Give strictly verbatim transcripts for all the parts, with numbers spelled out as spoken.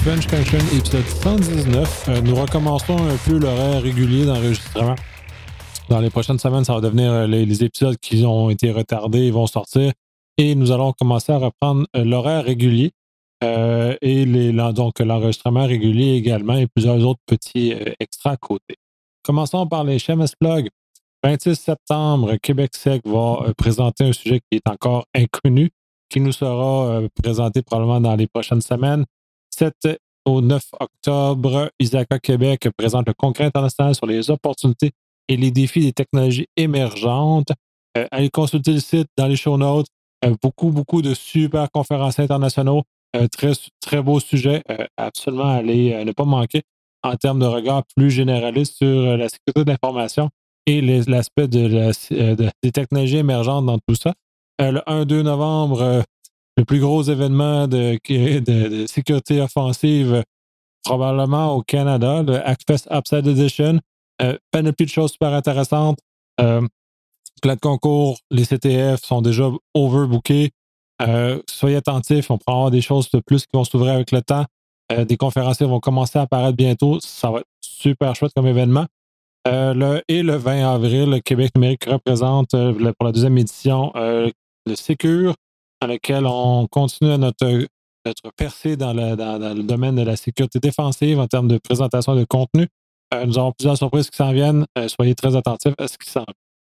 French Connection, épisode cent dix-neuf. Euh, nous recommençons un peu l'horaire régulier d'enregistrement. Dans les prochaines semaines, ça va devenir euh, les, les épisodes qui ont été retardés vont sortir et nous allons commencer à reprendre euh, l'horaire régulier euh, et les, donc l'enregistrement régulier également et plusieurs autres petits euh, extras à côté. Commençons par les Chemist Plug. vingt-six septembre, Québec Sec va euh, présenter un sujet qui est encore inconnu, qui nous sera euh, présenté probablement dans les prochaines semaines. sept au neuf octobre, Isaka Québec présente le Congrès international sur les opportunités et les défis des technologies émergentes. Euh, allez consulter le site dans les show notes. Euh, beaucoup, beaucoup de super conférenciers internationaux. Euh, très, très beau sujet. Euh, absolument, allez euh, ne pas manquer en termes de regard plus généraliste sur euh, la sécurité de l'information et les, l'aspect de la, euh, de, des technologies émergentes dans tout ça. Euh, le un deux novembre, euh, le plus gros événement de, de, de sécurité offensive euh, probablement au Canada, le Hackfest Upside Edition. Euh, panoplie de choses super intéressantes. Euh, Plein de concours, les C T F sont déjà overbookés. Euh, soyez attentifs, on pourra avoir des choses de plus qui vont s'ouvrir avec le temps. Euh, des conférenciers vont commencer à apparaître bientôt. Ça va être super chouette comme événement. Euh, le, et le vingt avril, le Québec numérique représente euh, le, pour la deuxième édition euh, le Sécure, dans lequel on continue notre, notre percée dans le, dans, dans le domaine de la sécurité défensive en termes de présentation de contenu. Euh, nous avons plusieurs surprises qui s'en viennent. Euh, soyez très attentifs à ce qui s'en vient.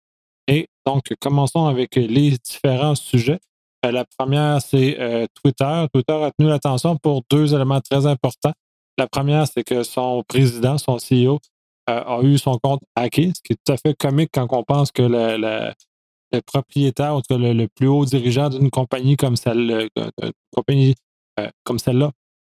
Et donc, commençons avec les différents sujets. Euh, la première, c'est euh, Twitter. Twitter a tenu l'attention pour deux éléments très importants. La première, c'est que son président, son C E O, euh, a eu son compte hacké, ce qui est tout à fait comique quand on pense que le, le, le propriétaire, ou en tout cas le, le plus haut dirigeant d'une compagnie comme celle, d'une compagnie euh, comme celle-là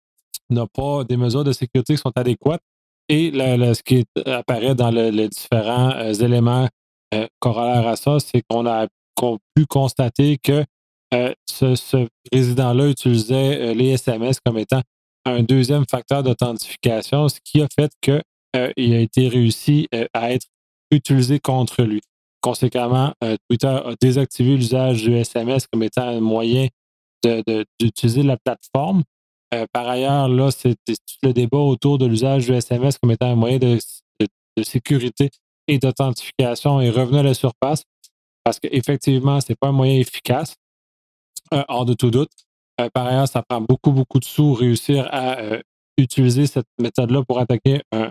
n'a pas des mesures de sécurité qui sont adéquates. Et le, le, ce qui est, apparaît dans le, les différents euh, éléments euh, corollaires à ça, c'est qu'on a qu'on pu constater que euh, ce, ce président-là utilisait euh, les S M S comme étant un deuxième facteur d'authentification, ce qui a fait qu'il euh, a été réussi euh, à être utilisé contre lui. Conséquemment, euh, Twitter a désactivé l'usage du S M S comme étant un moyen de, de, d'utiliser la plateforme. Euh, par ailleurs, là, c'est, c'est tout le débat autour de l'usage du S M S comme étant un moyen de, de, de sécurité et d'authentification est revenu à la surface parce qu'effectivement, ce n'est pas un moyen efficace, euh, hors de tout doute. Euh, par ailleurs, ça prend beaucoup, beaucoup de sous réussir à euh, utiliser cette méthode-là pour attaquer un,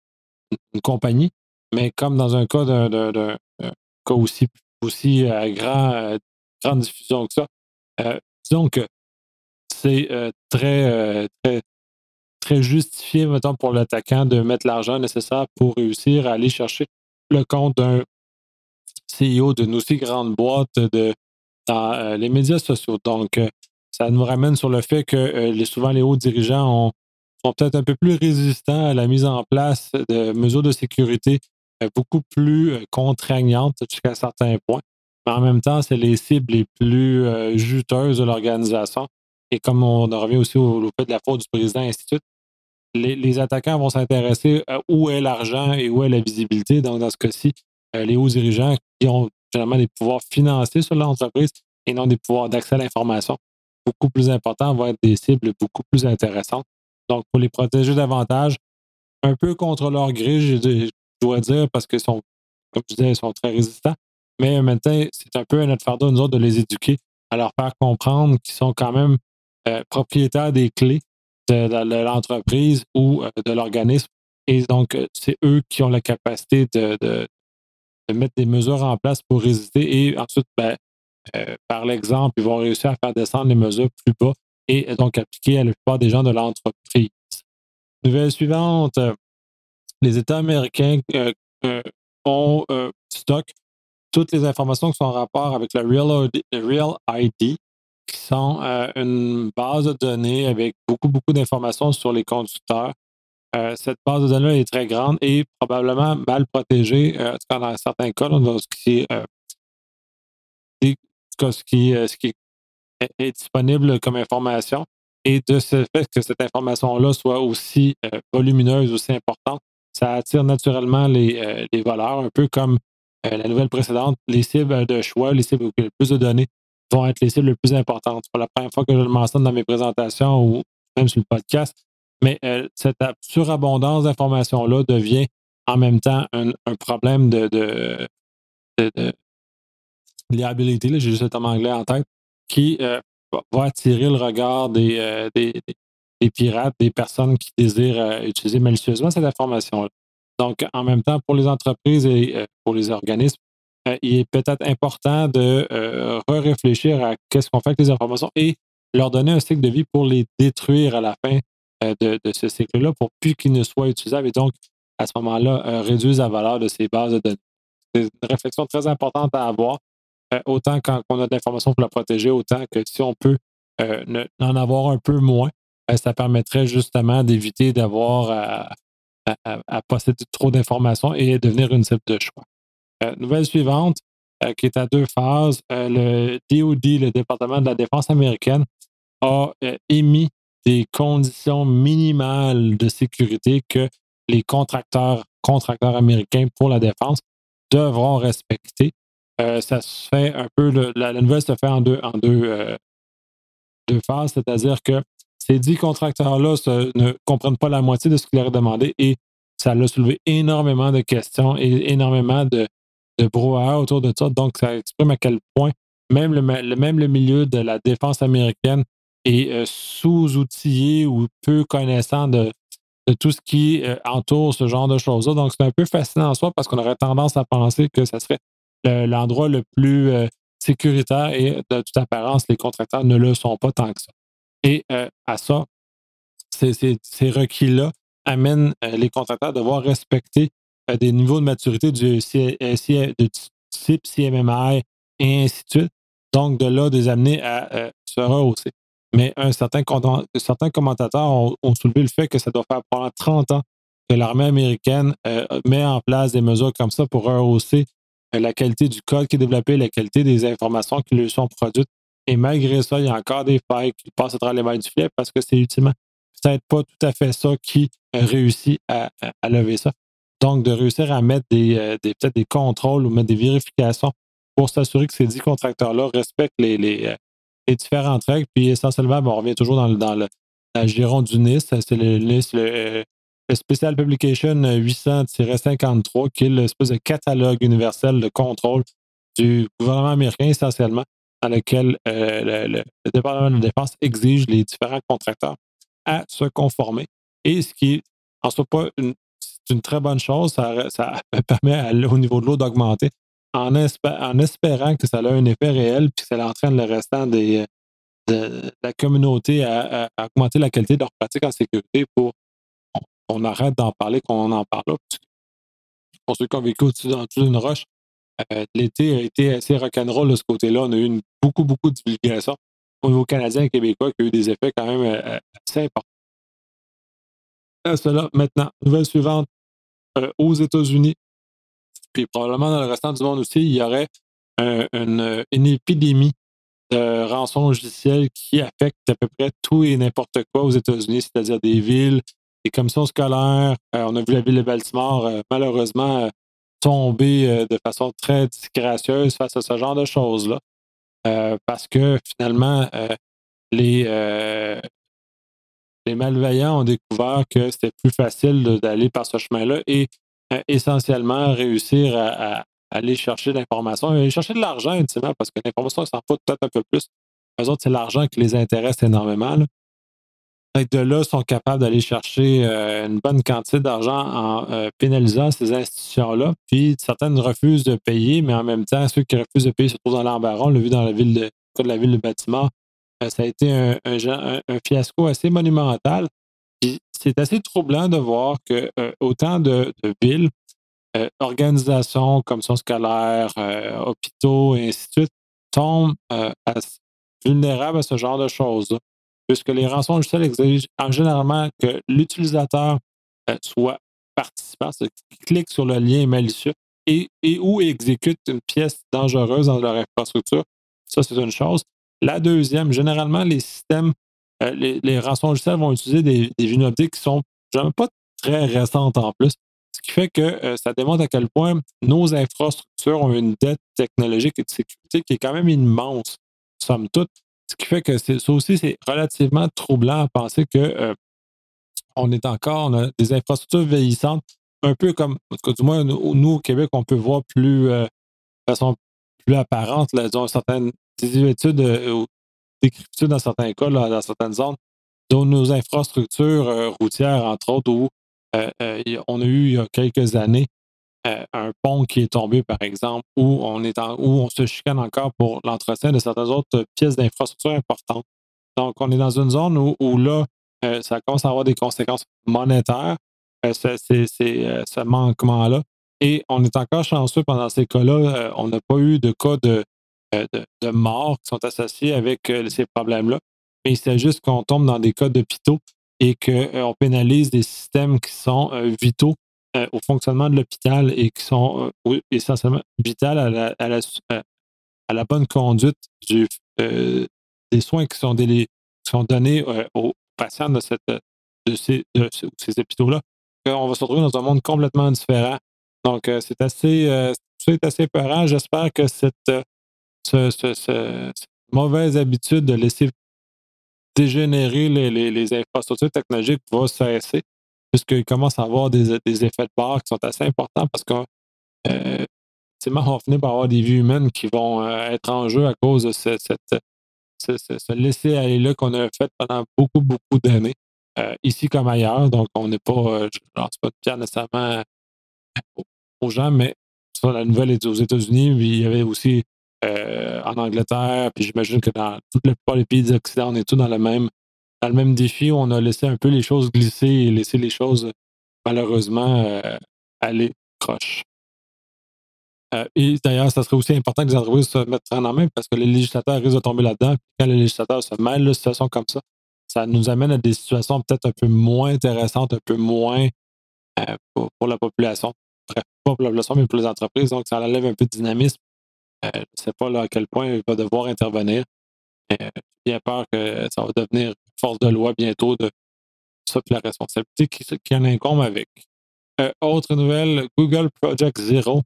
une compagnie. Mais comme dans un cas d'un, d'un, d'un, d'un cas aussi, aussi euh, grand, euh, grande diffusion que ça, euh, disons que c'est euh, très, euh, très, très justifié, mettons, pour l'attaquant de mettre l'argent nécessaire pour réussir à aller chercher le compte d'un C E O d'une aussi grande boîte de, dans euh, les médias sociaux. Donc, euh, ça nous ramène sur le fait que euh, les, souvent les hauts dirigeants ont, sont peut-être un peu plus résistants à la mise en place de mesures de sécurité euh, beaucoup plus euh, contraignantes jusqu'à certains points. Mais en même temps, c'est les cibles les plus euh, juteuses de l'organisation. Et comme on en revient aussi au, au fait de la faute du président, et ainsi de suite, les, les attaquants vont s'intéresser à où est l'argent et où est la visibilité. Donc, dans ce cas-ci, euh, les hauts dirigeants qui ont généralement des pouvoirs financiers sur l'entreprise et non des pouvoirs d'accès à l'information beaucoup plus importants vont être des cibles beaucoup plus intéressantes. Donc, pour les protéger davantage, un peu contre leur gré, je, je dois dire, parce qu'ils sont, comme je disais, ils sont très résistants. Mais maintenant, c'est un peu à notre fardeau, nous autres, de les éduquer, à leur faire comprendre qu'ils sont quand même euh, propriétaires des clés de, de, de l'entreprise ou euh, de l'organisme. Et donc, euh, c'est eux qui ont la capacité de, de, de mettre des mesures en place pour résister. Et ensuite, ben, euh, par l'exemple, ils vont réussir à faire descendre les mesures plus bas et euh, donc appliquer à la plupart des gens de l'entreprise. Nouvelle suivante, euh, les États américains euh, euh, ont euh, stock toutes les informations qui sont en rapport avec le Real, le Real I D, qui sont euh, une base de données avec beaucoup, beaucoup d'informations sur les conducteurs. Euh, cette base de données est très grande et probablement mal protégée, euh, en tout cas dans certains cas, là, dans ce qui est, euh, des, en tout cas, ce qui, euh, ce qui est, est disponible comme information. Et de ce fait que cette information-là soit aussi euh, volumineuse, aussi importante, ça attire naturellement les, euh, les voleurs, un peu comme euh, la nouvelle précédente. Les cibles de choix, les cibles avec le plus de données vont être les cibles les plus importantes. C'est pas la première fois que je le mentionne dans mes présentations ou même sur le podcast. Mais euh, cette surabondance d'informations-là devient en même temps un, un problème de, de, de, de liability, là, j'ai juste le terme anglais en tête, qui euh, va, va attirer le regard des, euh, des, des- des pirates, des personnes qui désirent euh, utiliser malicieusement cette information-là. Donc, en même temps, pour les entreprises et euh, pour les organismes, euh, il est peut-être important de euh, réfléchir à qu'est-ce qu'on fait avec les informations et leur donner un cycle de vie pour les détruire à la fin euh, de, de ce cycle-là pour plus qu'ils ne soient utilisables et donc, à ce moment-là, euh, réduire la valeur de ces bases de données. C'est une réflexion très importante à avoir, euh, autant quand on a de l'information pour la protéger, autant que si on peut euh, ne- en avoir un peu moins, euh, ça permettrait justement d'éviter d'avoir à, à- à- à posséder trop d'informations et devenir une cible de choix. Euh, nouvelle suivante, euh, qui est à deux phases, euh, le D O D, le département de la défense américaine, a euh, émis des conditions minimales de sécurité que les contracteurs, contracteurs américains pour la défense devront respecter. Euh, ça se fait un peu, le- la, la nouvelle se fait en deux, en deux, euh, deux phases, c'est-à-dire que ces dix contracteurs-là se- ne comprennent pas la moitié de ce qu'il leur est demandé et ça a soulevé énormément de questions et énormément de, de brouhaha autour de ça. Donc, ça exprime à quel point même le, le- même le milieu de la défense américaine est euh, sous-outillé ou peu connaissant de, de tout ce qui euh, entoure ce genre de choses-là. Donc, c'est un peu fascinant en soi parce qu'on aurait tendance à penser que ça serait le- l'endroit le plus euh, sécuritaire et de toute apparence, les contracteurs ne le sont pas tant que ça. Et euh, à ça, ces, ces- ces requis-là amènent euh, les contracteurs à devoir respecter euh, des niveaux de maturité du C- euh, C- de type C M M I et ainsi de suite. Donc, de là, de les amener à euh, se rehausser. Mais un certain, content- certains commentateurs ont, ont soulevé le fait que ça doit faire pendant trente ans que l'armée américaine euh, met en place des mesures comme ça pour rehausser euh, la qualité du code qui est développé, la qualité des informations qui lui sont produites. Et malgré ça, il y a encore des failles qui passent à travers les mailles du filet parce que c'est ultimement peut-être pas tout à fait ça qui euh, réussit à, à- à lever ça. Donc, de réussir à mettre des, euh, des- peut-être des contrôles ou mettre des vérifications pour s'assurer que ces dix contracteurs-là respectent les, les, euh, les différentes règles. Puis essentiellement, bon, on revient toujours dans, le- dans le, la giron du N I S, c'est le N I S, le, euh, le Special Publication huit cents cinquante-trois, qui est l'espèce de catalogue universel de contrôle du gouvernement américain essentiellement, dans lequel euh, le, le- le département de la défense exige les différents contracteurs à se conformer. Et ce qui est en soi pas une, c'est une très bonne chose, ça, ça permet à- au niveau de l'eau d'augmenter en, espé- en espérant que ça a un effet réel puis que ça entraîne le restant des, de la communauté à, à- à augmenter la qualité de leur pratique en sécurité pour qu'on arrête d'en parler, qu'on en parle là. Pour ceux qui ont vécu au-dessus en dessous d'une roche, euh, l'été a été assez rock'n'roll de ce côté-là. On a eu une- beaucoup, beaucoup de divulgation au niveau canadien et québécois qui a eu des effets quand même euh, assez importants. À cela, maintenant, nouvelle suivante, euh, aux États-Unis, puis probablement dans le restant du monde aussi, il y aurait euh, une, une épidémie de rançon logiciel qui affecte à peu près tout et n'importe quoi aux États-Unis, c'est-à-dire des villes, des commissions scolaires. Euh, on a vu la ville de Baltimore, euh, malheureusement, euh, tomber euh, de façon très disgracieuse face à ce genre de choses-là, euh, parce que finalement, euh, les, euh, les malveillants ont découvert que c'était plus facile de- d'aller par ce chemin-là et euh, essentiellement réussir à, à aller chercher de l'information et aller chercher de l'argent, ultimement, parce que l'information, ils s'en foutent peut-être un peu plus. Eux autres, c'est l'argent qui les intéresse énormément, là. Fait que de là, ils sont capables d'aller chercher euh, une bonne quantité d'argent en euh, pénalisant ces institutions-là. Puis certaines refusent de payer, mais en même temps, ceux qui refusent de payer se trouvent dans l'embarras. On l'a vu dans la ville de, cas de la ville de Baltimore. Euh, ça a été un, un, un- un fiasco assez monumental. Puis c'est assez troublant de voir que euh, autant de, de villes, euh, organisations, commissions scolaires, euh, hôpitaux et ainsi de suite tombent euh, à- vulnérables à ce genre de choses-là, puisque les rançons logicielles exigent en généralement que l'utilisateur euh, soit participant, c'est-à-dire qu'il clique sur le lien malicieux et, et ou exécute une pièce dangereuse dans leur infrastructure. Ça, c'est une chose. La deuxième, généralement, les systèmes, euh, les, les rançons logicielles vont utiliser des, des vulnérabilités qui sont jamais pas très récentes en plus. Ce qui fait que euh, ça démontre à quel point nos infrastructures ont une dette technologique et de sécurité qui est quand même immense, somme toute. Ce qui fait que c'est, ça aussi, c'est relativement troublant à penser que euh, on est encore, on a des infrastructures vieillissantes, un peu comme, en tout cas, du moins, nous, nous, au Québec, on peut voir plus, euh, de façon plus apparente, là, disons, certaines désuétudes euh, ou décrépitude dans certains cas, là, dans certaines zones, dont nos infrastructures euh, routières, entre autres, où euh, euh, y a- on a eu il y a quelques années euh, un pont qui est tombé, par exemple, où on est en- où on se chicane encore pour l'entretien de certaines autres pièces d'infrastructure importantes. Donc, on est dans une zone où, où là, euh, ça commence à avoir des conséquences monétaires, euh, ce, c'est- c'est, euh, ce manquement-là. Et on est encore chanceux pendant ces cas-là. Euh, on n'a pas eu de cas de, euh, de, de morts qui sont associés avec euh, ces problèmes-là. Mais c'est juste qu'on tombe dans des cas d'hôpitaux et qu'on pénalise des systèmes qui sont euh, vitaux euh, au fonctionnement de l'hôpital et qui sont euh, oui, essentiellement vitales à la, à la, à à la bonne conduite du, euh, des soins qui sont, délé- qui sont donnés euh, aux patients de, cette, de ces, de ce- ces hôpitaux-là. On va se retrouver dans un monde complètement différent. Donc, euh, c'est assez, euh, c'est assez peurant. J'espère que cette, euh, ce- ce- ce- cette mauvaise habitude de laisser dégénérer les, les- les infrastructures technologiques va cesser, puisqu'il commence à avoir des, des effets de bord qui sont assez importants parce que euh, ultimement, on va finir par avoir des vies humaines qui vont euh, être en jeu à cause de ce, cette, ce, ce- ce laisser-aller-là qu'on a fait pendant beaucoup, beaucoup d'années, euh, ici comme ailleurs. Donc, on n'est pas, euh, je ne lance pas de pierre nécessairement aux, aux gens, mais sur la nouvelle est aux États-Unis, puis il y avait aussi euh, en Angleterre, puis j'imagine que dans toute la plupart des pays d'Occident, on est tous dans le même, dans le même défi où on a laissé un peu les choses glisser et laissé les choses, malheureusement, euh, aller croche. Euh, et d'ailleurs, ça serait aussi important que les entreprises se mettent en main parce que les législateurs risquent de tomber là-dedans. Puis quand les législateurs se mêlent de situations comme ça, ça nous amène à des situations peut-être un peu moins intéressantes, un peu moins euh, pour, pour la population. Bref, pas pour la population, mais pour les entreprises. Donc, ça enlève un peu de dynamisme. Euh, je ne sais pas là, à quel point il va devoir intervenir. Mais euh, j'ai bien peur que ça va devenir force de loi bientôt de ça, puis la responsabilité qui, qui en incombe avec. Euh, autre nouvelle, Google Project Zero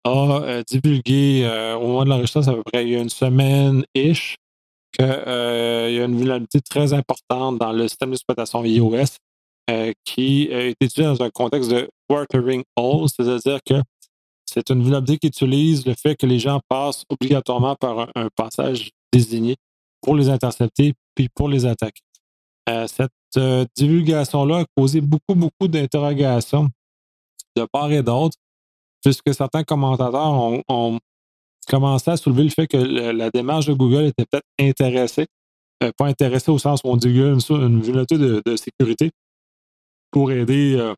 a euh, divulgué euh, au moment de l'enregistrement, à peu près il y a une semaine-ish, qu'il euh, y a une vulnérabilité très importante dans le système d'exploitation iOS euh, qui euh, est utilisée dans un contexte de watering hole, c'est-à-dire que c'est une vulnérabilité qui utilise le fait que les gens passent obligatoirement par un, un passage désigné pour les intercepter puis pour les attaquer. Euh, cette euh, divulgation-là a causé beaucoup, beaucoup d'interrogations de part et d'autre, puisque certains commentateurs ont, ont commençait à soulever le fait que le- la démarche de Google était peut-être intéressée, euh, pas intéressée au sens où on divulgue une, une vulnérabilité de, de sécurité pour aider euh,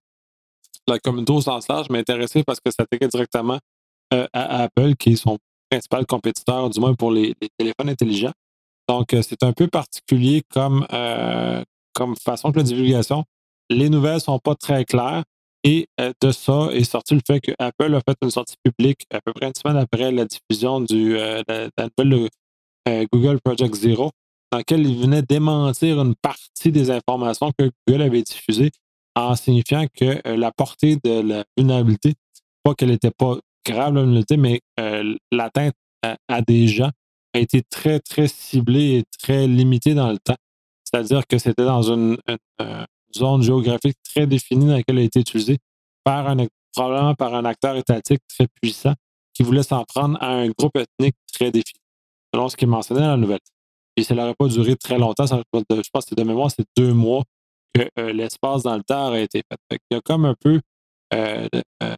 la communauté au sens large, mais intéressée parce que ça s'attaquait directement euh, à, à Apple, qui est son principal compétiteur, du moins pour les, les téléphones intelligents. Donc, euh, c'est un peu particulier comme, euh, comme façon de la divulgation. Les nouvelles ne sont pas très claires. Et euh, de ça est sorti le fait que Apple a fait une sortie publique à peu près une semaine après la diffusion du, euh, de la, de la nouvelle euh, Google Project Zero, dans lequel il venait démentir une partie des informations que Google avait diffusées en signifiant que euh, la portée de la vulnérabilité, pas qu'elle n'était pas grave, la vulnérabilité, mais euh, l'atteinte à, à des gens a été très, très ciblée et très limitée dans le temps. C'est-à-dire que c'était dans une, une, euh, zone géographique très définie dans laquelle elle a été utilisée par un, probablement par un acteur étatique très puissant qui voulait s'en prendre à un groupe ethnique très défini selon ce qui est mentionné dans la nouvelle. Et ça n'aurait pas duré très longtemps. Ça, je pense que de mémoire, c'est deux mois que euh, l'espace dans le temps aurait été fait. Fait Il y a comme un peu euh, euh,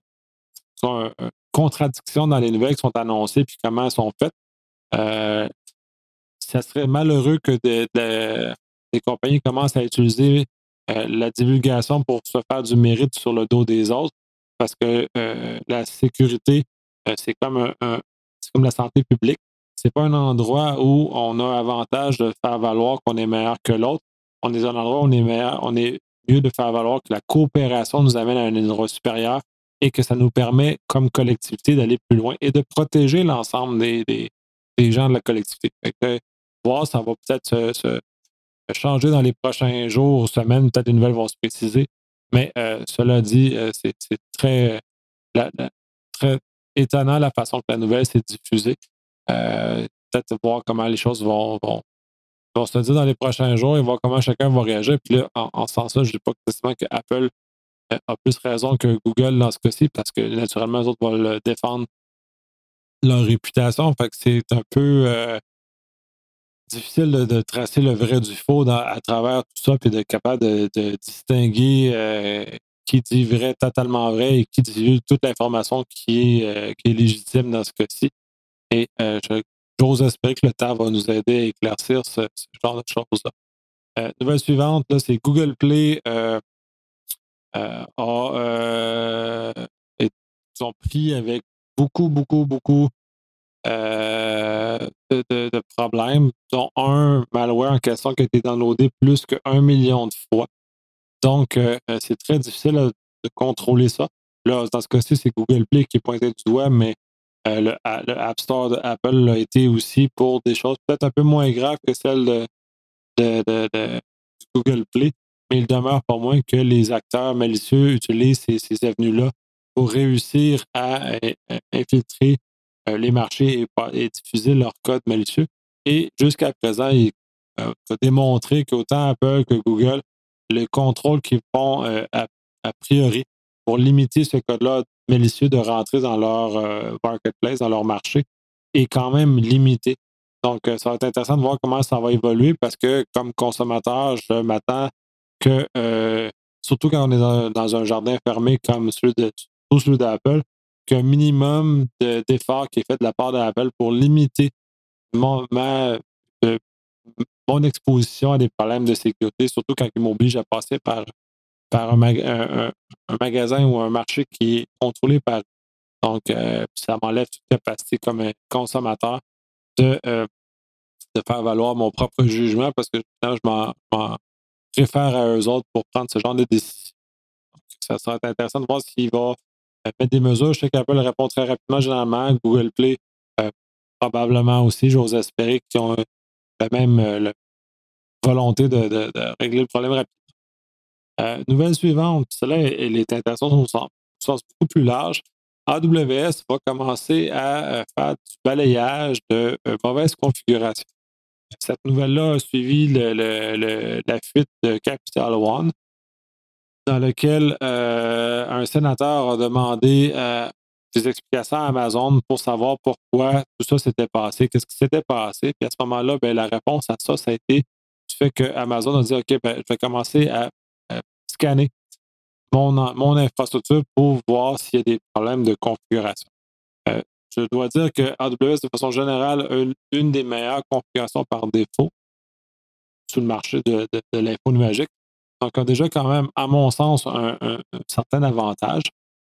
une contradiction dans les nouvelles qui sont annoncées puis comment elles sont faites. Euh, ça serait malheureux que de, de, des compagnies commencent à utiliser euh, la divulgation pour se faire du mérite sur le dos des autres parce que euh, la sécurité, euh, c'est comme un, un- c'est comme la santé publique. C'est pas un endroit où on a avantage de faire valoir qu'on est meilleur que l'autre. On est dans un endroit où on est meilleur, on est mieux de faire valoir que la coopération nous amène à un endroit supérieur et que ça nous permet, comme collectivité, d'aller plus loin et de protéger l'ensemble des, des, des gens de la collectivité. Fait que, voir, ça va peut-être se, se changer dans les prochains jours, semaines, peut-être les nouvelles vont se préciser. Mais euh, cela dit, euh, c'est c'est très, la- la- très étonnant la façon que la nouvelle s'est diffusée. Euh, peut-être voir comment les choses vont, vont, Ils vont se dire dans les prochains jours, et voir comment chacun va réagir. Puis là, en, en ce sens-là, je ne dis pas nécessairement que Apple euh, a plus raison que Google dans ce cas-ci, parce que naturellement, les autres vont le défendre leur réputation. Fait que c'est un peu euh, difficile de, de tracer le vrai du faux dans- à travers tout ça, puis d'être capable de, de distinguer euh, qui dit vrai totalement vrai et qui dit toute l'information qui est, euh, qui est légitime dans ce cas-ci. Et euh, je- j'ose espérer que le temps va nous aider à éclaircir ce, ce genre de choses-là. Euh, nouvelle suivante, là, c'est Google Play euh, euh, a, euh, et- ils ont pris avec beaucoup, beaucoup, beaucoup euh, de, de- de problèmes, dont un malware en question qui a été downloadé plus qu'un million de fois. Donc, euh, euh, c'est très difficile euh, de contrôler ça. Là, dans ce cas-ci, c'est Google Play qui est pointé du doigt, mais euh, le, a- le App Store d'Apple l'a été aussi pour des choses peut-être un peu moins graves que celles de, de, de- de Google Play, mais il demeure pas moins que les acteurs malicieux utilisent ces, ces avenues-là pour réussir à euh, euh, infiltrer euh, les marchés et, pas- et diffuser leur code malicieux. Et jusqu'à présent, il euh, a démontré qu'autant Apple que Google, le contrôle qu'ils font euh, a, a priori pour limiter ce code-là malicieux de rentrer dans leur euh, marketplace, dans leur marché, est quand même limité. Donc, euh, ça va être intéressant de voir comment ça va évoluer parce que, comme consommateur, je m'attends que, euh, surtout quand on est dans, dans un jardin fermé comme celui de, surtout celui d'Apple, qu'un minimum de- d'efforts qui est fait de la part d'Apple pour limiter mon, ma, euh, mon exposition à des problèmes de sécurité, surtout quand ils m'obligent à passer par, par un, mag- un- un- un magasin ou un marché qui est contrôlé par. Donc, euh, ça m'enlève toute capacité comme un consommateur de, euh, de faire valoir mon propre jugement parce que finalement, je m'en, m'en réfère à eux autres pour prendre ce genre de décision. Donc, ça sera intéressant de voir s'il va euh, mettre des mesures. Je sais qu'Apple répond très rapidement, généralement. Google Play, euh, probablement aussi. J'ose espérer qu'ils ont euh, la même euh, la volonté de, de- de régler le problème rapidement. Euh, nouvelle suivante, celle-là, elle, elle est intéressante au sens, au sens beaucoup plus large. A W S va commencer à euh, faire du balayage de euh, mauvaises configurations. Cette nouvelle-là a suivi le- le- le- la fuite de Capital One, dans lequel euh, un sénateur a demandé euh, des explications à Amazon pour savoir pourquoi tout ça s'était passé, qu'est-ce qui s'était passé. Puis à ce moment-là, ben, la réponse à ça, ça a été du fait que Amazon a dit OK, ben, je vais commencer à, à scanner mon, en- mon infrastructure pour voir s'il y a des problèmes de configuration. Euh, je dois dire que A W S, de façon générale, a une, une des meilleures configurations par défaut sur le marché de, de, de l'info numérique. Donc, a déjà quand même, à mon sens, un, un- un certain avantage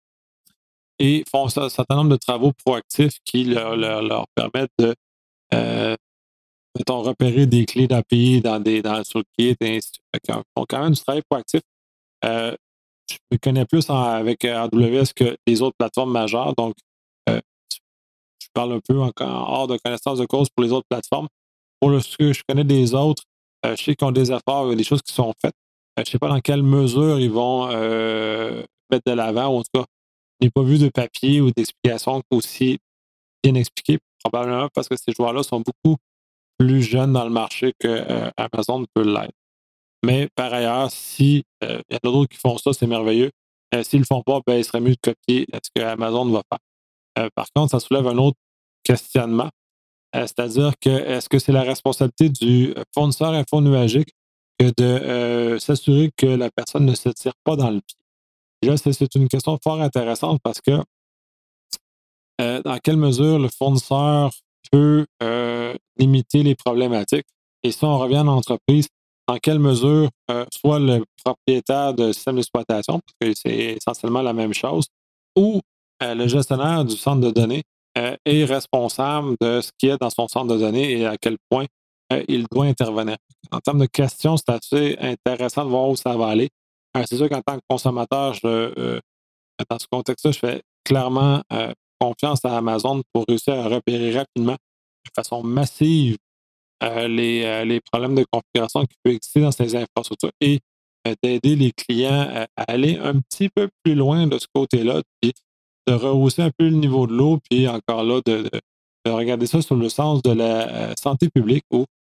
et font un certain nombre de travaux proactifs qui leur, leur, leur permettent de, euh, mettons, repérer des clés d'A P I dans des, dans, sur le Git et ainsi de suite. Fait qu'ils font quand même du travail proactif. Euh, je me connais plus en- avec A W S que les autres plateformes majeures, donc euh, je parle un peu en, en hors de connaissance de cause pour les autres plateformes. Pour le, ce que je connais des autres, euh, je sais qu'ils ont des efforts, il y a des choses qui sont faites. Euh, je ne sais pas dans quelle mesure ils vont euh, mettre de l'avant, ou en tout cas, je n'ai pas vu de papier ou d'explication aussi bien expliquées, probablement parce que ces joueurs-là sont beaucoup plus jeunes dans le marché que euh, Amazon peut l'être. Mais par ailleurs, si euh, il y en a d'autres qui font ça, c'est merveilleux. Euh, S'ils ne le font pas, ben, il serait mieux de copier ce que Amazon va faire. Euh, par contre, ça soulève un autre questionnement. Euh, c'est-à-dire que est-ce que c'est la responsabilité du fournisseur infonuagique que de euh, s'assurer que la personne ne se tire pas dans le pied? Et là, c'est c'est une question fort intéressante parce que euh, dans quelle mesure le fournisseur peut euh, limiter les problématiques? Et si on revient en entreprise, dans quelle mesure euh, soit le propriétaire de système d'exploitation, parce que c'est essentiellement la même chose, ou euh, le gestionnaire du centre de données euh, est responsable de ce qui est dans son centre de données et à quel point euh, il doit intervenir. En termes de questions, c'est assez intéressant de voir où ça va aller. Euh, c'est sûr qu'en tant que consommateur, je, euh, dans ce contexte-là, je fais clairement euh, confiance à Amazon pour réussir à repérer rapidement, de façon massive, euh, les, euh, les problèmes de configuration qui peuvent exister dans ces infrastructures et euh, d'aider les clients à, à aller un petit peu plus loin de ce côté-là, puis de rehausser un peu le niveau de l'eau, puis encore là, de, de- de regarder ça sur le sens de la euh, santé publique où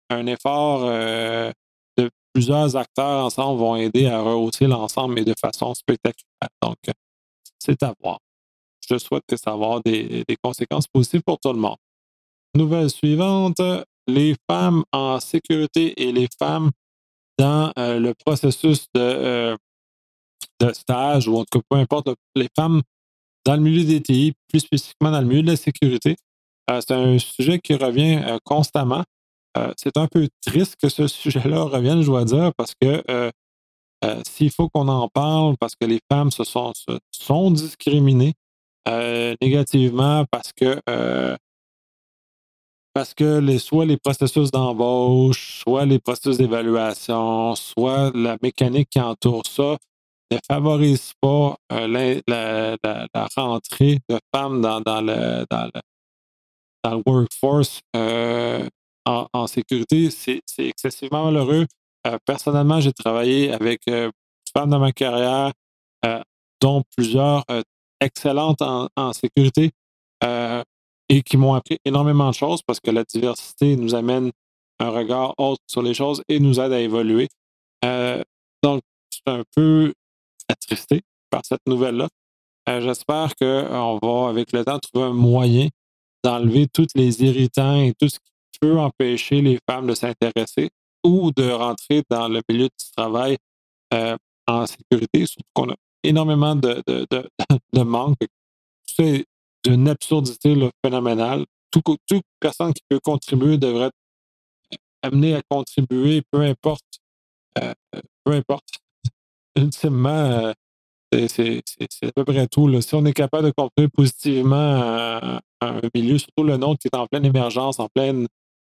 un effort euh, de plusieurs acteurs ensemble vont aider à rehausser l'ensemble, mais de façon spectaculaire. Donc, c'est à voir. Je souhaite que ça va avoir des, des conséquences positives pour tout le monde. Nouvelle suivante, les femmes en sécurité et les femmes dans euh, le processus de, euh, de stage, ou en tout cas, peu importe, les femmes dans le milieu des T I, plus spécifiquement dans le milieu de la sécurité. Euh, c'est un sujet qui revient euh, constamment. Euh, c'est un peu triste que ce sujet-là revienne, je dois dire, parce que euh, euh, s'il faut qu'on en parle, parce que les femmes se sont, se sont discriminées euh, négativement, parce que euh, parce que les, soit les processus d'embauche, soit les processus d'évaluation, soit la mécanique qui entoure ça ne favorise pas euh, la, la, la, la rentrée de femmes dans, dans, le, dans, le, dans le workforce euh, en, en, sécurité. C'est, c'est excessivement malheureux. Euh, personnellement, j'ai travaillé avec euh, des femmes dans ma carrière, euh, dont plusieurs euh, excellentes en, en sécurité. Euh, et qui m'ont appris énormément de choses parce que la diversité nous amène un regard autre sur les choses et nous aide à évoluer. Euh, donc, je suis un peu attristé par cette nouvelle-là. Euh, j'espère qu'on va, avec le temps, trouver un moyen d'enlever tous les irritants et tout ce qui peut empêcher les femmes de s'intéresser ou de rentrer dans le milieu du travail euh, en sécurité, surtout qu'on a énormément de, de, de, de manque. C'est d'une absurdité là, phénoménale. Tout, toute personne qui peut contribuer devrait être amenée à contribuer, peu importe. Euh, peu importe. Ultimement, euh, c'est, c'est, c'est, c'est à peu près tout. Là. Si on est capable de contribuer positivement à, à un milieu, surtout le nôtre qui est en pleine émergence, en pleine.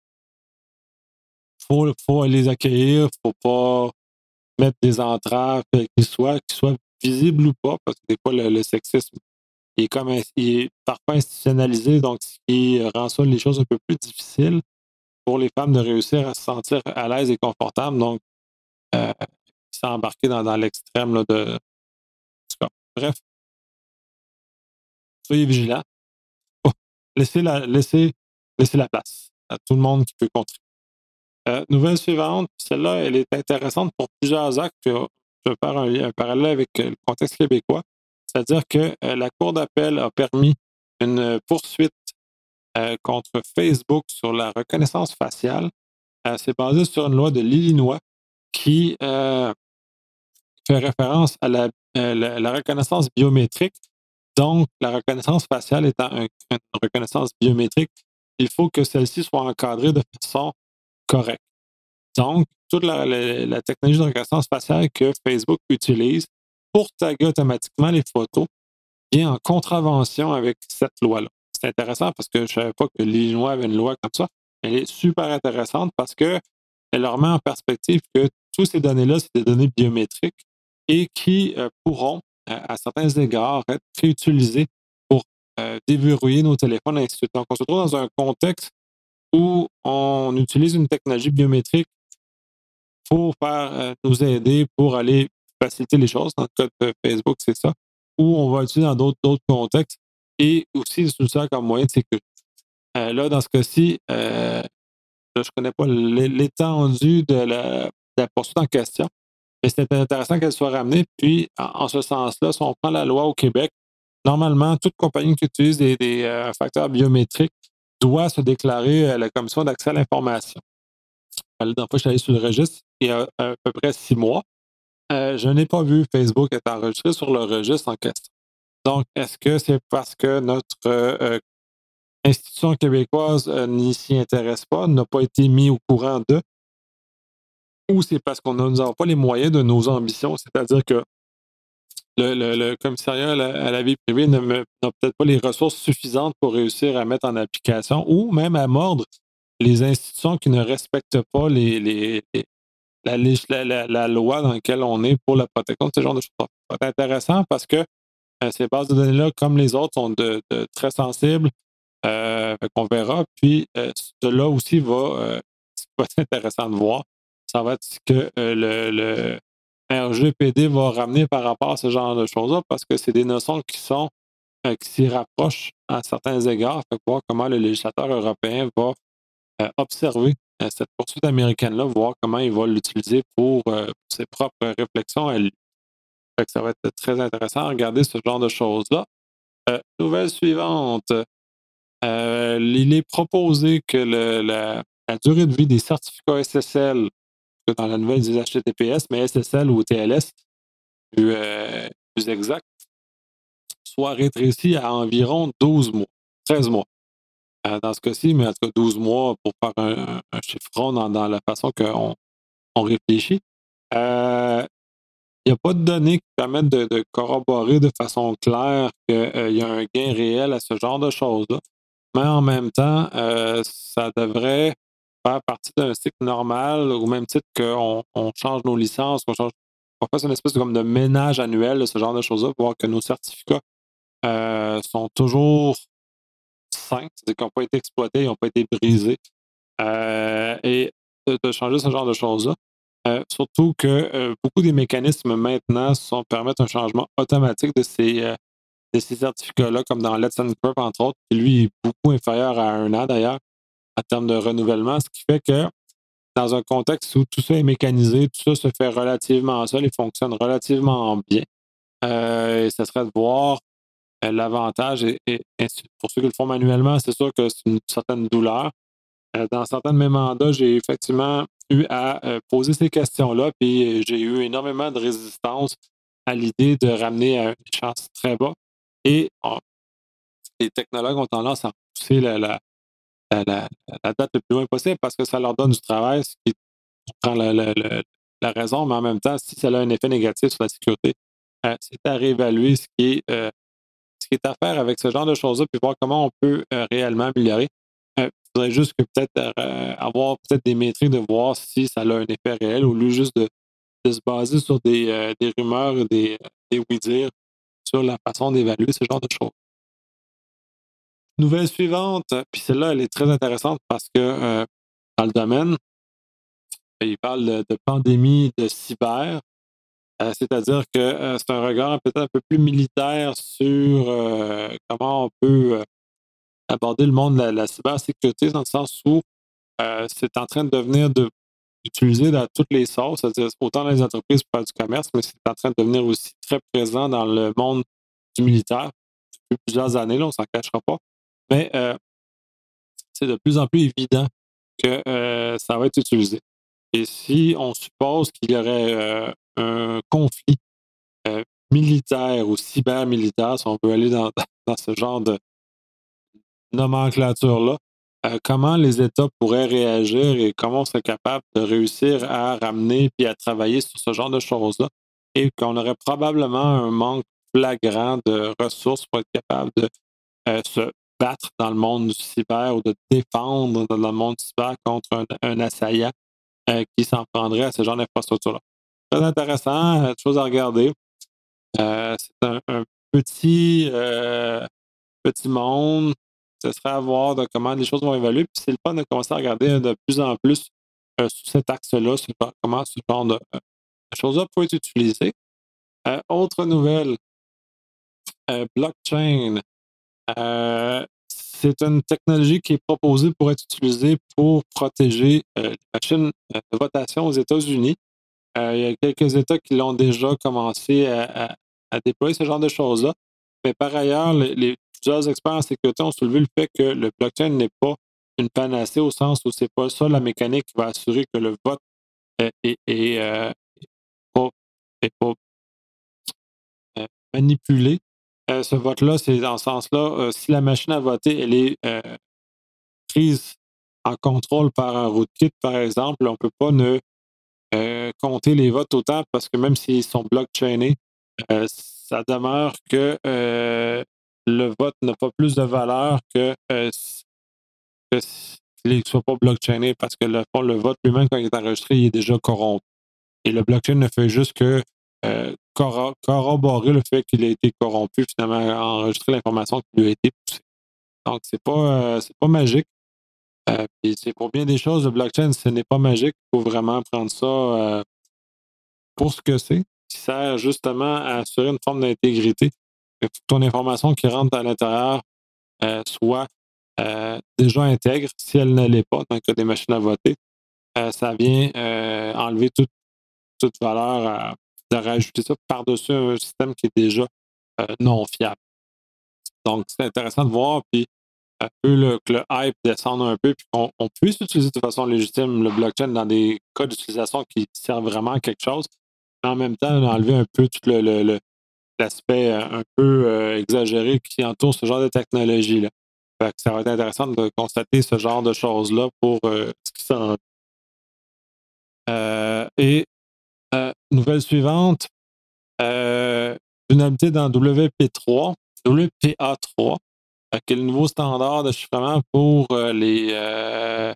Il faut, faut les accueillir, il ne faut pas mettre des entraves, qu'ils soient, qu'ils soient visibles ou pas, parce que des fois, le, le sexisme il est, comme, il est parfois institutionnalisé, donc ce qui rend ça les choses un peu plus difficiles pour les femmes de réussir à se sentir à l'aise et confortable. Donc, euh, s'embarquer dans, dans l'extrême là, de. Bref, soyez vigilants. Oh, laissez, la, laissez, laissez la place à tout le monde qui peut contribuer. Euh, nouvelle suivante, celle-là, elle est intéressante pour plusieurs actes. Je vais faire un, un parallèle avec le contexte québécois. C'est-à-dire que euh, la Cour d'appel a permis une poursuite euh, contre Facebook sur la reconnaissance faciale. Euh, c'est basé sur une loi de l'Illinois qui euh, fait référence à la, euh, la, la reconnaissance biométrique. Donc, la reconnaissance faciale étant un, une reconnaissance biométrique, il faut que celle-ci soit encadrée de façon correcte. Donc, toute la, la, la technologie de reconnaissance faciale que Facebook utilise pour taguer automatiquement les photos vient en contravention avec cette loi-là. C'est intéressant parce que je ne savais pas que l'Illinois avait une loi comme ça. Elle est super intéressante parce qu'elle leur met en perspective que toutes ces données-là, c'est des données biométriques et qui euh, pourront, euh, à certains égards, être réutilisées pour euh, déverrouiller nos téléphones, et ainsi de suite. Donc, on se trouve dans un contexte où on utilise une technologie biométrique pour faire euh, nous aider, pour aller faciliter les choses. Dans le cas de Facebook, c'est ça. Ou on va utiliser dans d'autres, d'autres contextes et aussi utiliser ça comme moyen de sécurité. Euh, là, dans ce cas-ci, euh, là, je ne connais pas l'étendue de la, de la poursuite en question, mais c'était intéressant qu'elle soit ramenée. Puis, en, en ce sens-là, si on prend la loi au Québec, normalement, toute compagnie qui utilise des, des euh, facteurs biométriques doit se déclarer à la Commission d'accès à l'information. La dernière fois, je suis allé sur le registre il y a à peu près six mois. Euh, je n'ai pas vu Facebook être enregistré sur le registre en question. Donc, est-ce que c'est parce que notre euh, institution québécoise euh, n'y s'y intéresse pas, n'a pas été mis au courant d'eux, ou c'est parce qu'on nous avons pas les moyens de nos ambitions, c'est-à-dire que le, le, le commissariat à la, à la vie privée n'a peut-être pas les ressources suffisantes pour réussir à mettre en application ou même à mordre les institutions qui ne respectent pas les, les, les La, la, la, la loi dans laquelle on est pour la protection de ce genre de choses. C'est intéressant parce que euh, ces bases de données-là, comme les autres, sont de, de très sensibles. Euh, on verra. Puis, euh, de là aussi va, euh, ce qui va être intéressant de voir, ça va être ce que euh, le, le R G P D va ramener par rapport à ce genre de choses-là parce que c'est des notions qui sont euh, qui s'y rapprochent à certains égards. Fait voir comment le législateur européen va euh, observer euh, cette poursuite américaine-là, voir comment il va l'utiliser pour euh, ses propres réflexions à lui. Fait que ça va être très intéressant à regarder ce genre de choses-là. Euh, nouvelle suivante. Euh, il est proposé que le- la, la durée de vie des certificats S S L, que dans la nouvelle, ils disent H T T P S, mais S S L ou T L S, plus, euh, plus exact, soit rétrécie à environ douze mois, treize mois. Euh, dans ce cas-ci, mais en tout cas douze mois pour faire un, un chiffron dans, dans la façon qu'on on réfléchit. Euh, Il n'y a pas de données qui permettent de, de corroborer de façon claire qu'il euh, y a un gain réel à ce genre de choses-là. Mais en même temps, euh, ça devrait faire partie d'un cycle normal, au même titre qu'on on change nos licences, qu'on change, qu'on fasse une espèce de, comme de ménage annuel de ce genre de choses-là, pour voir que nos certificats euh, sont toujours sains, c'est-à-dire qu'ils n'ont pas été exploités, ils n'ont pas été brisés. Euh, et de, de changer ce genre de choses-là. Euh, surtout que euh, beaucoup des mécanismes maintenant sont, permettent un changement automatique de ces, euh, de ces certificats-là, comme dans Let's Encrypt, entre autres, qui lui est beaucoup inférieur à un an d'ailleurs, en termes de renouvellement, ce qui fait que dans un contexte où tout ça est mécanisé, tout ça se fait relativement seul et fonctionne relativement bien, euh, et ce serait de voir euh, l'avantage. Et, et, et pour ceux qui le font manuellement, c'est sûr que c'est une certaine douleur. Euh, dans certains de mes mandats, j'ai effectivement eu à euh, poser ces questions-là, puis j'ai eu énormément de résistance à l'idée de ramener à une chance très bas. Et on- les technologues ont tendance à pousser la, la, la, la- la date le plus loin possible parce que ça leur donne du travail, ce qui prend la, la- la- la raison, mais en même temps, si ça a un effet négatif sur la sécurité, euh, c'est à réévaluer ce qui est euh, ce qui est à faire avec ce genre de choses-là, puis voir comment on peut euh, réellement améliorer. Euh, il faudrait juste que peut-être euh, avoir peut-être des métriques de voir si ça a un effet réel au lieu juste de, de se baser sur des, euh, des rumeurs et des, des oui-dire sur la façon d'évaluer ce genre de choses. Nouvelle suivante, euh, puis celle-là, elle est très intéressante parce que euh, dans le domaine, il parle de, de pandémie de cyber, euh, c'est-à-dire que euh, c'est un regard peut-être un peu plus militaire sur euh, comment on peut euh, aborder le monde de la, la cybersécurité dans le sens où euh, c'est en train de devenir de, utilisé dans toutes les sauces, c'est-à-dire autant dans les entreprises pour faire du commerce, mais c'est en train de devenir aussi très présent dans le monde du militaire depuis plusieurs années, là, on ne s'en cachera pas. Mais euh, c'est de plus en plus évident que euh, ça va être utilisé. Et si on suppose qu'il y aurait euh, un conflit euh, militaire ou cyber-militaire, si on veut aller dans, dans ce genre de nomenclature-là, euh, comment les États pourraient réagir et comment on serait capable de réussir à ramener puis à travailler sur ce genre de choses-là et qu'on aurait probablement un manque flagrant de ressources pour être capable de euh, se battre dans le monde du cyber ou de défendre dans le monde cyber contre un, un assaillant euh, qui s'en prendrait à ce genre d'infrastructure-là. Très intéressant, euh, chose à regarder. Euh, c'est un, un petit, euh, petit monde. Ce serait à voir de comment les choses vont évoluer. Puis c'est le fun de commencer à regarder de plus en plus euh, sous cet axe-là, sur comment ce genre de, euh, de choses-là peut être utilisé. Euh, autre nouvelle, euh, blockchain. Euh, c'est une technologie qui est proposée pour être utilisée pour protéger euh, les machines euh, de votation aux États-Unis. Euh, il y a quelques États qui l'ont déjà commencé à, à- à déployer ce genre de choses-là. Mais par ailleurs, les, les- plusieurs experts en sécurité ont soulevé le fait que le blockchain n'est pas une panacée au sens où c'est pas ça la mécanique qui va assurer que le vote est, est- est, euh, pas, est pas, euh, manipulé. Euh, ce vote-là, c'est dans ce sens-là, euh, si la machine à voter, elle est euh, prise en contrôle par un rootkit, par exemple, on ne peut pas ne euh, compter les votes autant parce que même s'ils sont blockchainés, euh, ça demeure que euh, le vote n'a pas plus de valeur que, euh, que s'il ne soit pas blockchainé parce que le, le vote lui-même, quand il est enregistré, il est déjà corrompu. Et le blockchain ne fait juste que euh, corro- corroborer le fait qu'il a été corrompu, finalement, enregistrer l'information qui lui a été poussée. Donc, c'est pas, euh, c'est pas magique. Euh, puis c'est pour bien des choses, le blockchain, ce n'est pas magique. Il faut vraiment prendre ça euh, pour ce que c'est, qui sert justement à assurer une forme d'intégrité. Que toute ton information qui rentre à l'intérieur euh, soit euh, déjà intègre, si elle ne l'est pas, dans le cas des machines à voter, euh, ça vient euh, enlever toute, toute valeur, à, de rajouter ça par-dessus un système qui est déjà euh, non fiable. Donc, c'est intéressant de voir, puis un peu le, que le hype descende un peu, puis qu'on on puisse utiliser de façon légitime le blockchain dans des cas d'utilisation qui servent vraiment à quelque chose, mais en même temps, enlever un peu tout le, le, le- l'aspect euh, un peu euh, exagéré qui entoure ce genre de technologie-là. Fait que ça va être intéressant de constater ce genre de choses-là pour euh, ce qui s'en. Euh, et euh, nouvelle suivante, euh, une update dans W P trois, W P A trois, euh, qui est le nouveau standard de chiffrement pour euh, les, euh,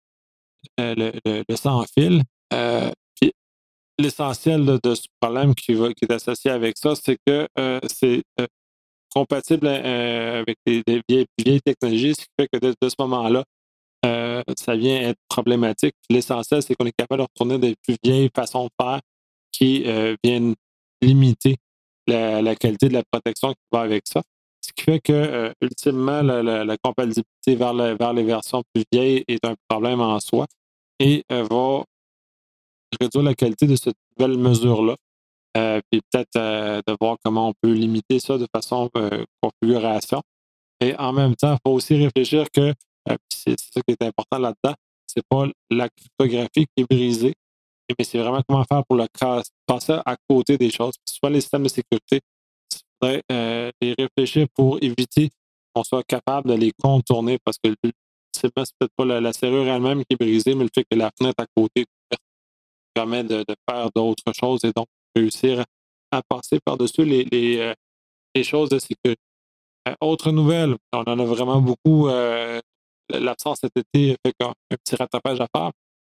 euh, le, le- le sans fil. Euh, puis l'essentiel de, de ce problème qui, va, qui est associé avec ça, c'est que euh, c'est euh, compatible euh, avec des, des vieilles, vieilles technologies, ce qui fait que de, de ce moment-là, euh, ça vient être problématique. L'essentiel, c'est qu'on est capable de retourner des plus vieilles façons de faire qui euh, viennent limiter la, la qualité de la protection qui va avec ça. Ce qui fait que, euh, ultimement, la, la, la compatibilité vers, la, vers les versions plus vieilles est un problème en soi et euh, va réduire la qualité de cette nouvelle mesure-là. Euh, puis peut-être euh, de voir comment on peut limiter ça de façon euh, configuration. Et en même temps, il faut aussi réfléchir que, euh, c'est, c'est ça qui est important là-dedans, c'est pas la cryptographie qui est brisée, mais c'est vraiment comment faire pour le cas- passer à côté des choses. Soit les systèmes de sécurité, il faudrait euh, les réfléchir pour éviter qu'on soit capable de les contourner parce que c'est pas- c'est peut-être pas la, la serrure elle-même qui est brisée, mais le fait que la fenêtre à côté permet de, de faire d'autres choses et donc réussir à passer par-dessus les, les, euh, les choses de sécurité. Euh, autre nouvelle, on en a vraiment beaucoup. Euh, l'absence cet été fait qu'un un petit rattrapage à faire.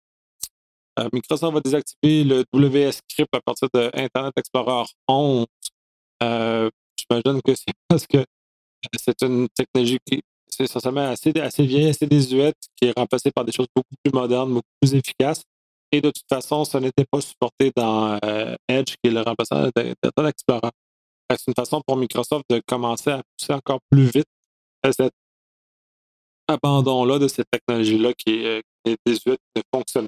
Euh, Microsoft va désactiver le W S Script à partir de Internet Explorer onze. Euh, J'imagine que c'est parce que c'est une technologie qui c'est essentiellement assez, assez vieille, assez désuète, qui est remplacée par des choses beaucoup plus modernes, beaucoup plus efficaces. Et de toute façon, ça n'était pas supporté dans euh, Edge, qui est le remplaçant d'Internet Explorer. C'est une façon pour Microsoft de commencer à pousser encore plus vite cet abandon-là de cette technologie-là qui est, euh, qui est désuète de fonctionner.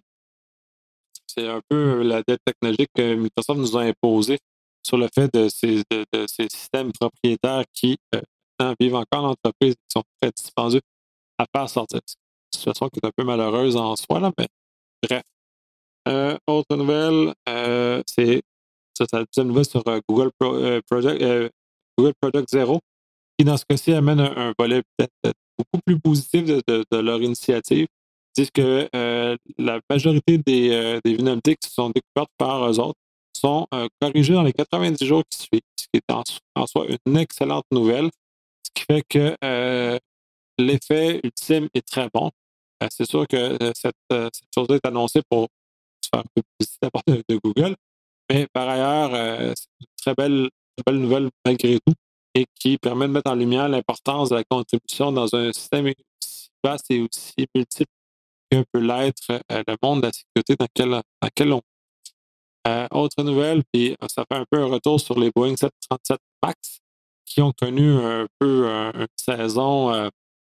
C'est un peu la dette technologique que Microsoft nous a imposée sur le fait de ces, de, de ces systèmes propriétaires qui euh, vivent encore en entreprise et qui sont très dispendieux à faire sortir. C'est une situation qui est un peu malheureuse en soi, là, mais bref. Euh, autre nouvelle, euh, c'est ça, c'est la deuxième nouvelle sur euh, Google, Pro, euh, Project, euh, Google Project Zero, qui dans ce cas-ci amène un, un volet peut-être beaucoup plus positif de, de, de leur initiative. Ils disent que euh, la majorité des, euh, des vulnérabilités qui sont découvertes par eux autres sont euh, corrigées dans les quatre-vingt-dix jours qui suivent, ce qui est en, en soi une excellente nouvelle, ce qui fait que euh, l'effet ultime est très bon. Euh, c'est sûr que euh, cette, euh, cette chose-là est annoncée pour se faire un peu publicité de la part de, de Google, mais par ailleurs, euh, c'est une très belle, très belle nouvelle malgré tout et qui permet de mettre en lumière l'importance de la contribution dans un système aussi vaste et aussi multiple que peut l'être euh, le monde de la sécurité dans lequel, dans lequel on. Euh, autre nouvelle, puis euh, ça fait un peu un retour sur les Boeing sept cent trente-sept MAX qui ont connu un peu euh, une saison, euh,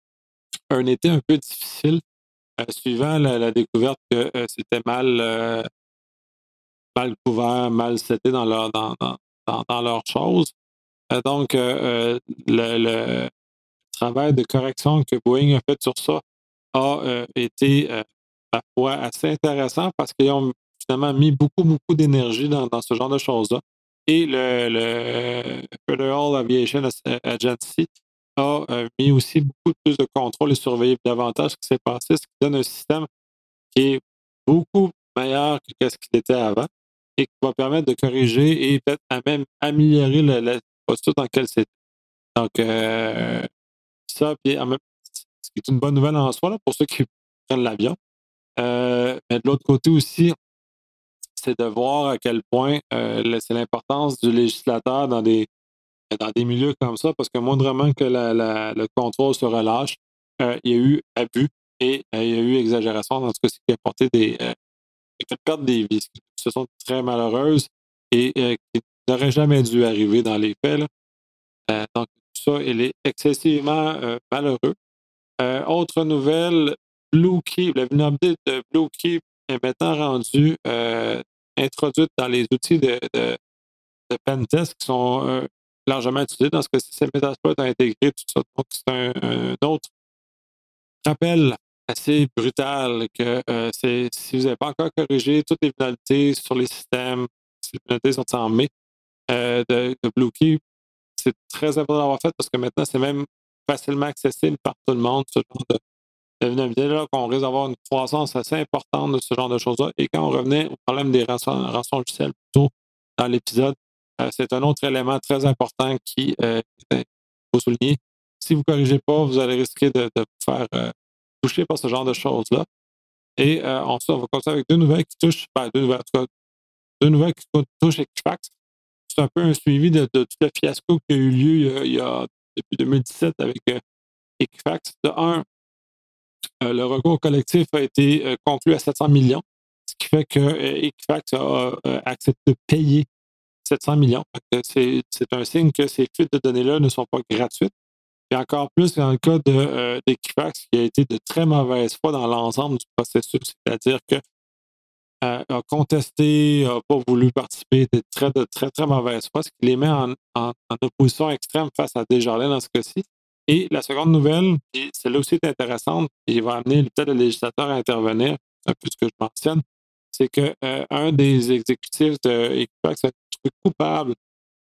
un été un peu difficile, euh, suivant la, la découverte que euh, c'était mal, euh, mal couvert, mal seté dans leur, dans, dans, dans, dans leurs choses. Euh, donc, euh, euh, le, le travail de correction que Boeing a fait sur ça a euh, été euh, à la fois assez intéressant parce qu'ils ont finalement mis beaucoup, beaucoup d'énergie dans, dans ce genre de choses-là. Et le, le Federal Aviation Agency a euh, mis aussi beaucoup plus de contrôle et surveillé davantage ce qui s'est passé, ce qui donne un système qui est beaucoup meilleur que ce qu'il était avant et qui va permettre de corriger et peut-être à même améliorer la, la posture dans laquelle c'est. Donc, euh, ça, puis en même, ce qui est une bonne nouvelle en soi là, pour ceux qui prennent l'avion. Euh, mais de l'autre côté aussi, c'est de voir à quel point euh, c'est l'importance du législateur dans des, dans des milieux comme ça, parce que moindrement que la, la, le contrôle se relâche, euh, il y a eu abus et euh, il y a eu exagération dans ce cas-ci qui a porté des, euh, qui a fait perdre des vies, ce sont très malheureuses et euh, qui n'auraient jamais dû arriver dans les faits. Là. Euh, donc, tout ça, il est excessivement euh, malheureux. Euh, autre nouvelle, Bluekey, la vulnérabilité de Bluekey est maintenant rendue euh, introduite dans les outils de, de, de pentest qui sont euh, largement utilisés. Dans ce cas-ci, c'est Metasploit a intégré tout ça. Donc, c'est un, un autre rappel assez brutal que euh, c'est, si vous n'avez pas encore corrigé toutes les pénalités sur les systèmes, si les pénalités sont en mai euh, de, de Bluekey, c'est très important d'avoir fait parce que maintenant, c'est même facilement accessible par tout le monde, ce genre de, de vulnérabilité là qu'on risque d'avoir une croissance assez importante de ce genre de choses-là. Et quand on revenait au problème des rançons, rançons logicielles plus tôt dans l'épisode, euh, c'est un autre élément très important qui euh, faut souligner. Si vous ne corrigez pas, vous allez risquer de, de vous faire euh, toucher par ce genre de choses-là. Et euh, ensuite, on va continuer avec deux nouvelles qui touchent, ben, deux nouvelles, en tout cas, deux nouvelles qui touchent Equifax. C'est un peu un suivi de, de tout le fiasco qui a eu lieu il y a, il y a depuis deux mille dix-sept avec euh, Equifax. De un, euh, le recours collectif a été euh, conclu à sept cents millions, ce qui fait que euh, Equifax a euh, accepté de payer sept cents millions. C'est, c'est un signe que ces fuites de données-là ne sont pas gratuites. Et encore plus dans le cas de, euh, d'Equifax, qui a été de très mauvaise foi dans l'ensemble du processus, c'est-à-dire que euh, a contesté, n'a pas voulu participer, était très, de très, très mauvaise foi, ce qui les met en, en, en opposition extrême face à Desjardins dans ce cas-ci. Et la seconde nouvelle, puis celle-là aussi est intéressante, et va amener peut-être le législateur à intervenir, c'est un peu ce que je mentionne, c'est qu'un euh, des exécutifs de Equifax a été trouvé coupable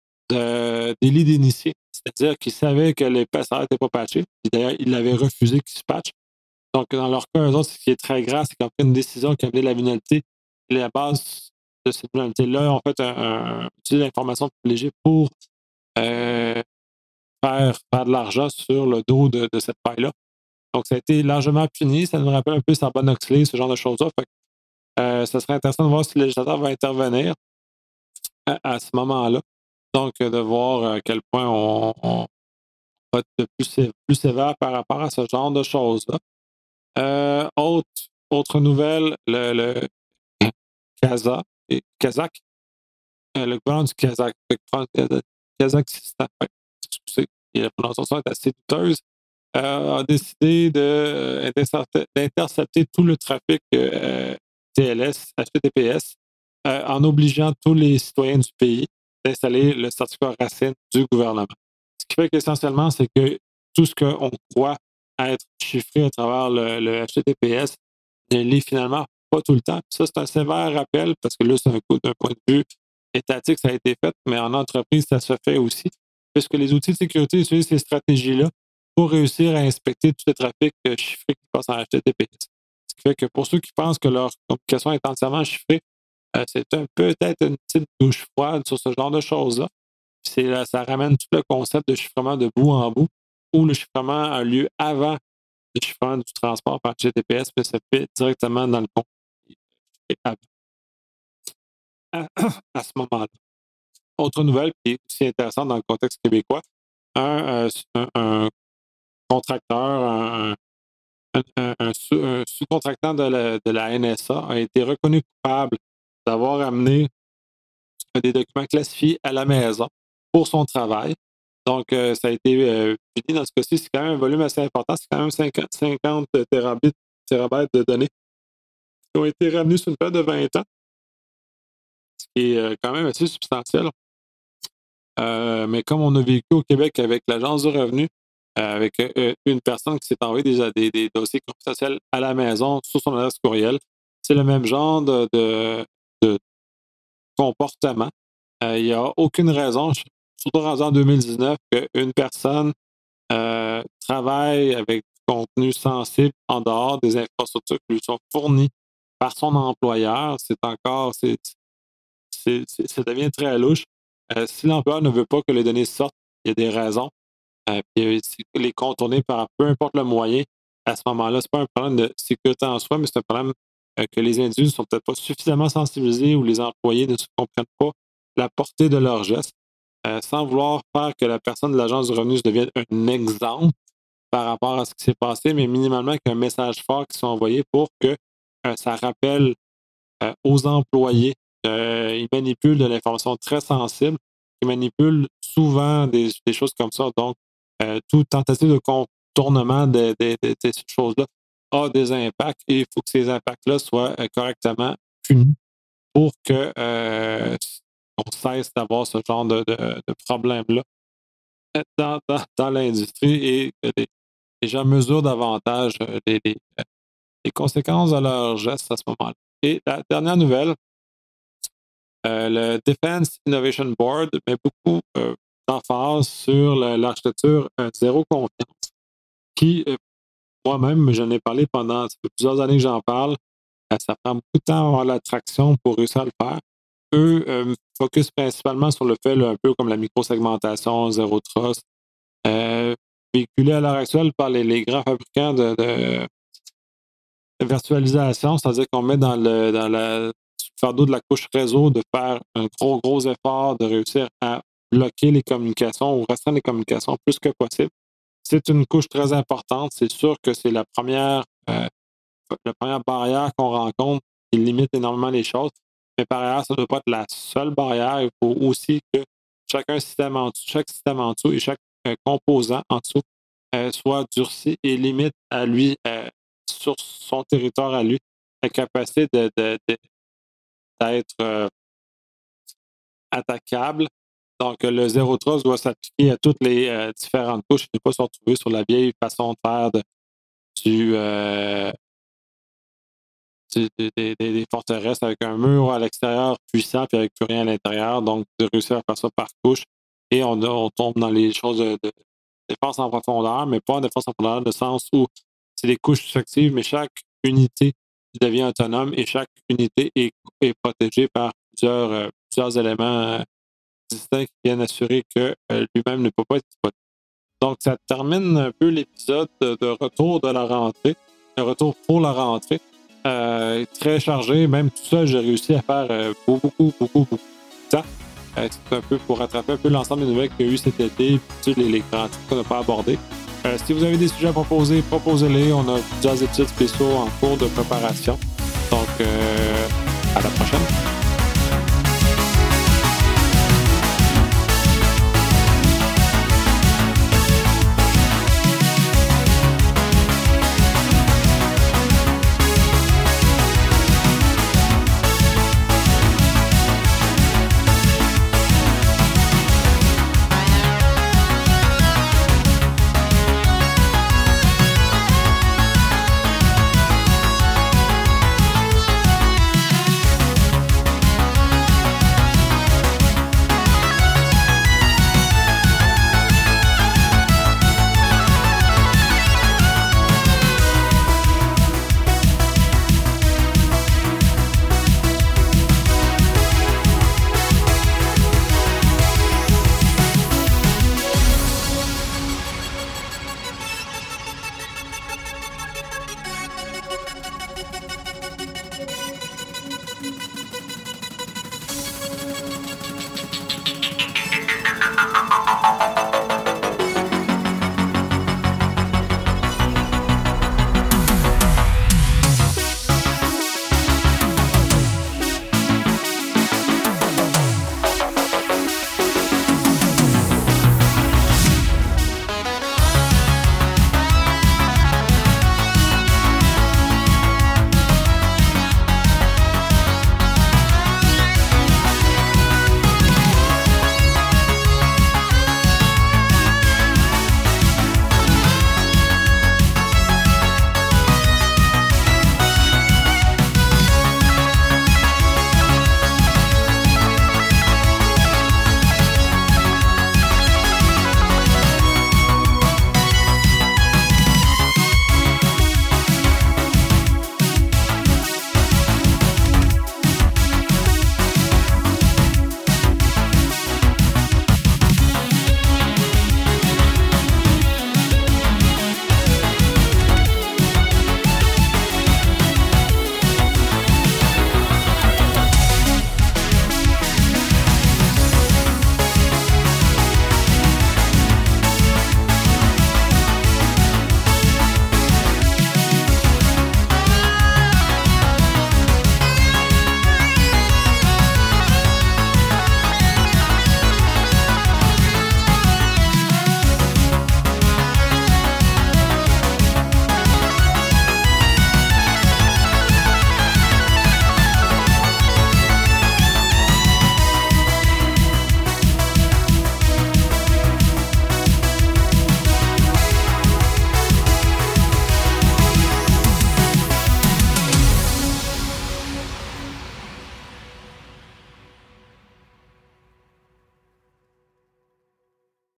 de délit d'initié, c'est-à-dire qu'il savait que les P S A n'étaient pas patchés, et d'ailleurs, il avait refusé qu'ils se patchent. Donc, dans leur cas, eux autres, ce qui est très grave, c'est qu'ils ont pris une décision qui a amené la vulnérabilité. Et la base de cette vulnérabilité-là, en fait, un, un, utiliser l'information privilégiée pour euh, faire, faire de l'argent sur le dos de, de cette paille-là. Donc, ça a été largement puni. Ça nous rappelle un peu Sarbanes-Oxley, ce genre de choses-là. Fait que, euh, ça serait intéressant de voir si le législateur va intervenir à, à ce moment-là. Donc, de voir à quel point on, on va être plus, plus sévère par rapport à ce genre de choses-là. Euh, autre, autre nouvelle, le, le Kazakh, et Kazakh, euh, le gouvernement du Kazakh, le gouvernement Kazakhstan, ouais, excusez, et la prononciation est assez douteuse, euh, a décidé de, euh, d'intercepter, d'intercepter tout le trafic euh, T L S, H T T P S, euh, en obligeant tous les citoyens du pays d'installer le certificat racine du gouvernement. Ce qui fait qu'essentiellement, c'est que tout ce qu'on croit être chiffré à travers le, le H T T P S ne l'est finalement pas tout le temps. Ça, c'est un sévère rappel parce que là, c'est un coup d'un point de vue étatique, ça a été fait, mais en entreprise, ça se fait aussi, puisque les outils de sécurité utilisent ces stratégies-là pour réussir à inspecter tout le trafic euh, chiffré qui passe en H T T P S. Ce qui fait que pour ceux qui pensent que leur communication est entièrement chiffrée, euh, c'est un, peut-être une petite douche froide sur ce genre de choses-là. C'est, là, ça ramène tout le concept de chiffrement de bout en bout, où le chiffrement a lieu avant le chiffrement du transport par H T T P S, mais ça fait directement dans le compte à, à, à ce moment-là. Autre nouvelle qui est aussi intéressante dans le contexte québécois, un, euh, un, un contracteur, un, un, un, un, sous, un sous-contractant de la, de la N S A a été reconnu coupable d'avoir amené des documents classifiés à la maison pour son travail. Donc, euh, ça a été euh, puni dans ce cas-ci. C'est quand même un volume assez important. C'est quand même cinquante, cinquante terabytes, terabytes de données qui ont été ramenés sur une période de vingt ans, ce qui est euh, quand même assez substantiel. Euh, mais comme on a vécu au Québec avec l'Agence du revenu, euh, avec euh, une personne qui s'est envoyé des, des, des dossiers confidentiels à la maison sur son adresse courriel, c'est le même genre de, de, de comportement. Euh, il n'y a aucune raison, surtout en deux mille dix-neuf, qu'une personne euh, travaille avec du contenu sensible en dehors des infrastructures qui lui sont fournies par son employeur. C'est encore, c'est, c'est, c'est, ça devient très louche. Euh, si l'employeur ne veut pas que les données sortent, il y a des raisons. Euh, puis les contourner par peu importe le moyen, à ce moment-là, ce n'est pas un problème de sécurité en soi, mais c'est un problème euh, que les individus ne sont peut-être pas suffisamment sensibilisés ou les employés ne se comprennent pas la portée de leurs gestes, euh, sans vouloir faire que la personne de l'Agence du revenu devienne un exemple par rapport à ce qui s'est passé, mais minimalement qu'un message fort qui soit envoyé pour que euh, ça rappelle euh, aux employés qu'ils manipulent de l'information très sensible, qu'ils manipulent souvent des, des choses comme ça. Donc, euh, toute tentative de contournement de, de, de, de ces choses-là a des impacts et il faut que ces impacts-là soient euh, correctement punis pour que euh, on cesse d'avoir ce genre de, de, de problème-là euh, dans, dans, dans l'industrie et que les, les gens mesurent davantage euh, les, les, euh, les conséquences de leurs gestes à ce moment-là. Et la dernière nouvelle, euh, le Defense Innovation Board met beaucoup euh, d'emphase sur le- l'architecture euh, zéro confiance, qui, euh, moi-même, j'en ai parlé pendant ça fait plusieurs années que j'en parle. Euh, ça prend beaucoup de temps à avoir la traction pour réussir à le faire. Eux euh, focus principalement sur le fait, là, un peu comme la microsegmentation, zéro trust, euh, véhiculé à l'heure actuelle par les, les grands fabricants de, de virtualisation, c'est-à-dire qu'on met dans le dans la fardeau de la couche réseau de faire un gros, gros effort de réussir à bloquer les communications ou restreindre les communications plus que possible. C'est une couche très importante. C'est sûr que c'est la première, euh, la première barrière qu'on rencontre qui limite énormément les choses. Mais par ailleurs, ça ne doit pas être la seule barrière. Il faut aussi que chacun système en dessous, chaque système en dessous et chaque euh, composant en dessous euh, soit durci et limite à lui, euh, sur son territoire à lui, la capacité de, de, de, d'être euh, attaquable. Donc, le zéro trust doit s'appliquer à toutes les euh, différentes couches et ne pas se retrouver sur la vieille façon de faire de, du, euh, du, des, des, des forteresses avec un mur à l'extérieur puissant puis avec plus rien à l'intérieur. Donc, de réussir à faire ça par couche. Et on, on tombe dans les choses de, de défense en profondeur, mais pas en défense en profondeur, de sens où c'est des couches successives, mais chaque unité devient autonome et chaque unité est, est protégée par plusieurs, euh, plusieurs éléments euh, distincts qui viennent assurer que euh, lui-même ne peut pas être exploité. Donc, ça termine un peu l'épisode de, de retour de la rentrée, le retour pour la rentrée. Euh, très chargé, même tout ça, j'ai réussi à faire euh, beaucoup, beaucoup, beaucoup, beaucoup de temps. Euh, c'est un peu pour rattraper un peu l'ensemble des nouvelles qu'il y a eu cet été, puis les, les grands trucs qu'on n'a pas abordés. Euh, si vous avez des sujets à proposer, proposez-les. On a plusieurs épisodes spéciaux en cours de préparation. Donc, euh, à la prochaine.